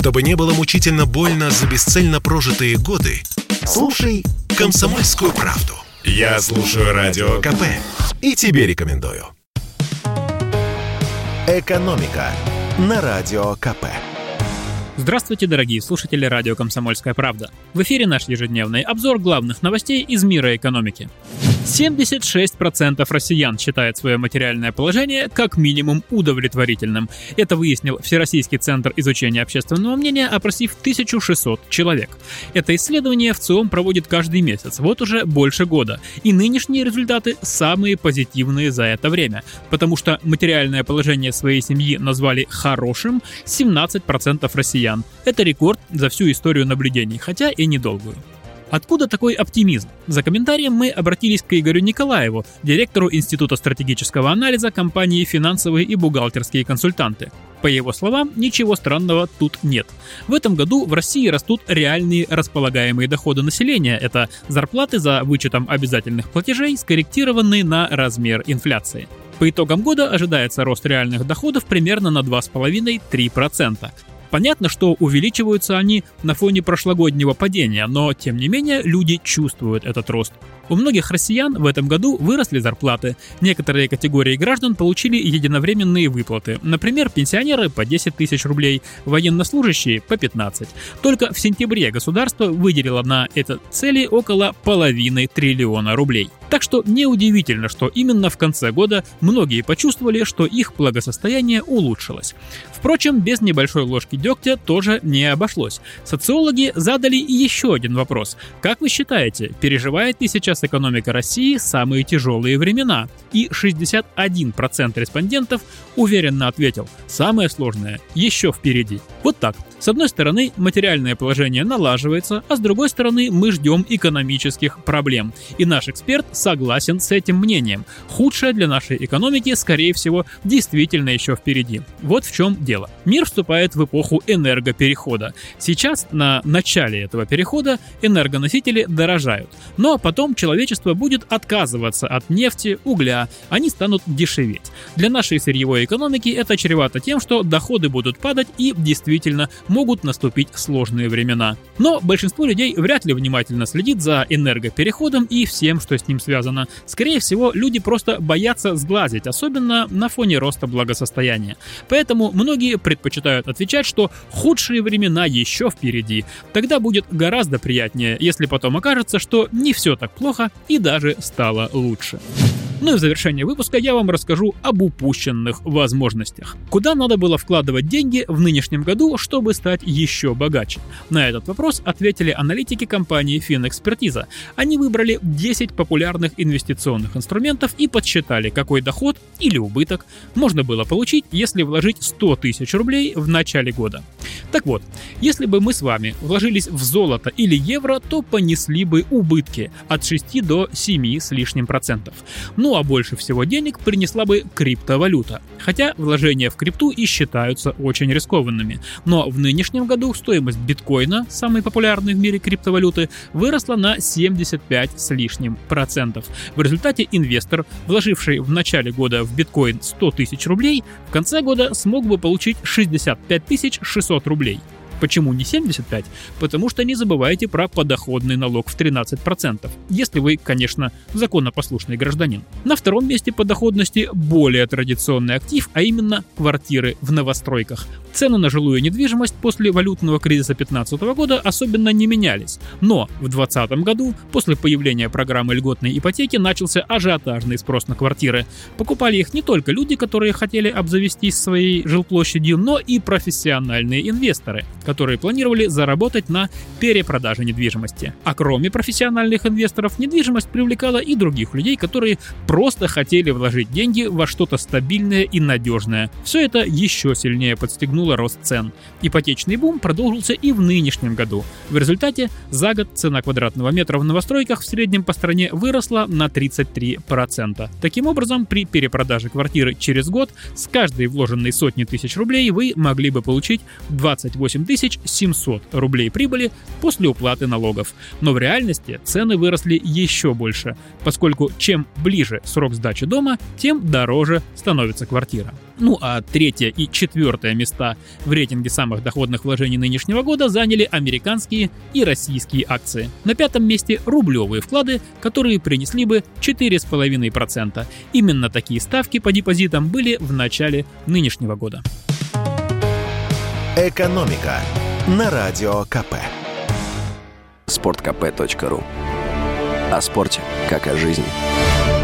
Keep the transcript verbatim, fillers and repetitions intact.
Чтобы не было мучительно больно за бесцельно прожитые годы, слушай «Комсомольскую правду». Я слушаю Радио КП и тебе рекомендую. «Экономика» на Радио КП. Здравствуйте, дорогие слушатели радио «Комсомольская правда». В эфире наш ежедневный обзор главных новостей из мира экономики. семьдесят шесть процентов россиян считают свое материальное положение как минимум удовлетворительным. Это выяснил Всероссийский центр изучения общественного мнения, опросив тысячу шестьсот человек. Это исследование ВЦИОМ проводит каждый месяц, вот уже больше года. И нынешние результаты самые позитивные за это время. Потому что материальное положение своей семьи назвали хорошим семнадцать процентов россиян. Это рекорд за всю историю наблюдений, хотя и недолгую. Откуда такой оптимизм? За комментарием мы обратились к Игорю Николаеву, директору Института стратегического анализа компании «Финансовые и бухгалтерские консультанты». По его словам, ничего странного тут нет. В этом году в России растут реальные располагаемые доходы населения. Это зарплаты за вычетом обязательных платежей, скорректированные на размер инфляции. По итогам года ожидается рост реальных доходов примерно на два целых пять десятых - три процента. Понятно, что увеличиваются они на фоне прошлогоднего падения, но, тем не менее, люди чувствуют этот рост. У многих россиян в этом году выросли зарплаты. Некоторые категории граждан получили единовременные выплаты. Например, пенсионеры по десять тысяч рублей, военнослужащие по пятнадцать. Только в сентябре государство выделило на это цели около половины триллиона рублей. Так что неудивительно, что именно в конце года многие почувствовали, что их благосостояние улучшилось. Впрочем, без небольшой ложки дегтя тоже не обошлось. Социологи задали еще один вопрос. Как вы считаете, переживает ли сейчас экономика России самые тяжелые времена? И шестьдесят один процент респондентов уверенно ответил: самое сложное еще впереди. Вот так. С одной стороны, материальное положение налаживается, а с другой стороны, мы ждем экономических проблем. И наш эксперт согласен с этим мнением. Худшее для нашей экономики, скорее всего, действительно еще впереди. Вот в чем дело. Мир вступает в эпоху энергоперехода. Сейчас, на начале этого перехода, энергоносители дорожают. Но потом человечество будет отказываться от нефти, угля, они станут дешеветь. Для нашей сырьевой экономики это чревато тем, что доходы будут падать и действительно могут наступить сложные времена. Но большинство людей вряд ли внимательно следит за энергопереходом и всем, что с ним связано. Скорее всего, люди просто боятся сглазить, особенно на фоне роста благосостояния. Поэтому многие предпочитают отвечать, что худшие времена еще впереди. Тогда будет гораздо приятнее, если потом окажется, что не все так плохо и даже стало лучше. Ну и в завершение выпуска я вам расскажу об упущенных возможностях. Куда надо было вкладывать деньги в нынешнем году, чтобы стать еще богаче? На этот вопрос ответили аналитики компании Финэкспертиза. Они выбрали десять популярных инвестиционных инструментов и подсчитали, какой доход или убыток можно было получить, если вложить сто тысяч рублей в начале года. Так вот, если бы мы с вами вложились в золото или евро, то понесли бы убытки от шести до семи с лишним процентов. Ну а больше всего денег принесла бы криптовалюта. Хотя вложения в крипту и считаются очень рискованными. Но в нынешнем году стоимость биткоина, самой популярной в мире криптовалюты, выросла на семьдесят пять с лишним процентов. В результате инвестор, вложивший в начале года в биткоин сто тысяч рублей, в конце года смог бы получить шестьдесят пять тысяч шестьсот рублей. Почему не семьдесят пять? Потому что не забывайте про подоходный налог в тринадцать процентов, если вы, конечно, законопослушный гражданин. На втором месте по доходности более традиционный актив, а именно квартиры в новостройках. Цены на жилую недвижимость после валютного кризиса две тысячи пятнадцатого года особенно не менялись. Но в две тысячи двадцатом году, после появления программы льготной ипотеки, начался ажиотажный спрос на квартиры. Покупали их не только люди, которые хотели обзавестись своей жилплощадью, но и профессиональные инвесторы, которые планировали заработать на перепродаже недвижимости. А кроме профессиональных инвесторов, недвижимость привлекала и других людей, которые просто хотели вложить деньги во что-то стабильное и надежное. Все это еще сильнее подстегнуло рост цен. Ипотечный бум продолжился и в нынешнем году. В результате за год цена квадратного метра в новостройках в среднем по стране выросла на тридцать три процента. Таким образом, при перепродаже квартиры через год с каждой вложенной сотни тысяч рублей вы могли бы получить двадцать восемь тысяч тысяч семьсот рублей прибыли после уплаты налогов. Но в реальности цены выросли еще больше, поскольку чем ближе срок сдачи дома, тем дороже становится квартира. Ну а третье и четвертое места в рейтинге самых доходных вложений нынешнего года заняли американские и российские акции. На пятом месте рублевые вклады, которые принесли бы четыре целых пять десятых процента. Именно такие ставки по депозитам были в начале нынешнего года. Экономика на Радио КП. спорт кэ пэ точка ру. О спорте, как о жизни.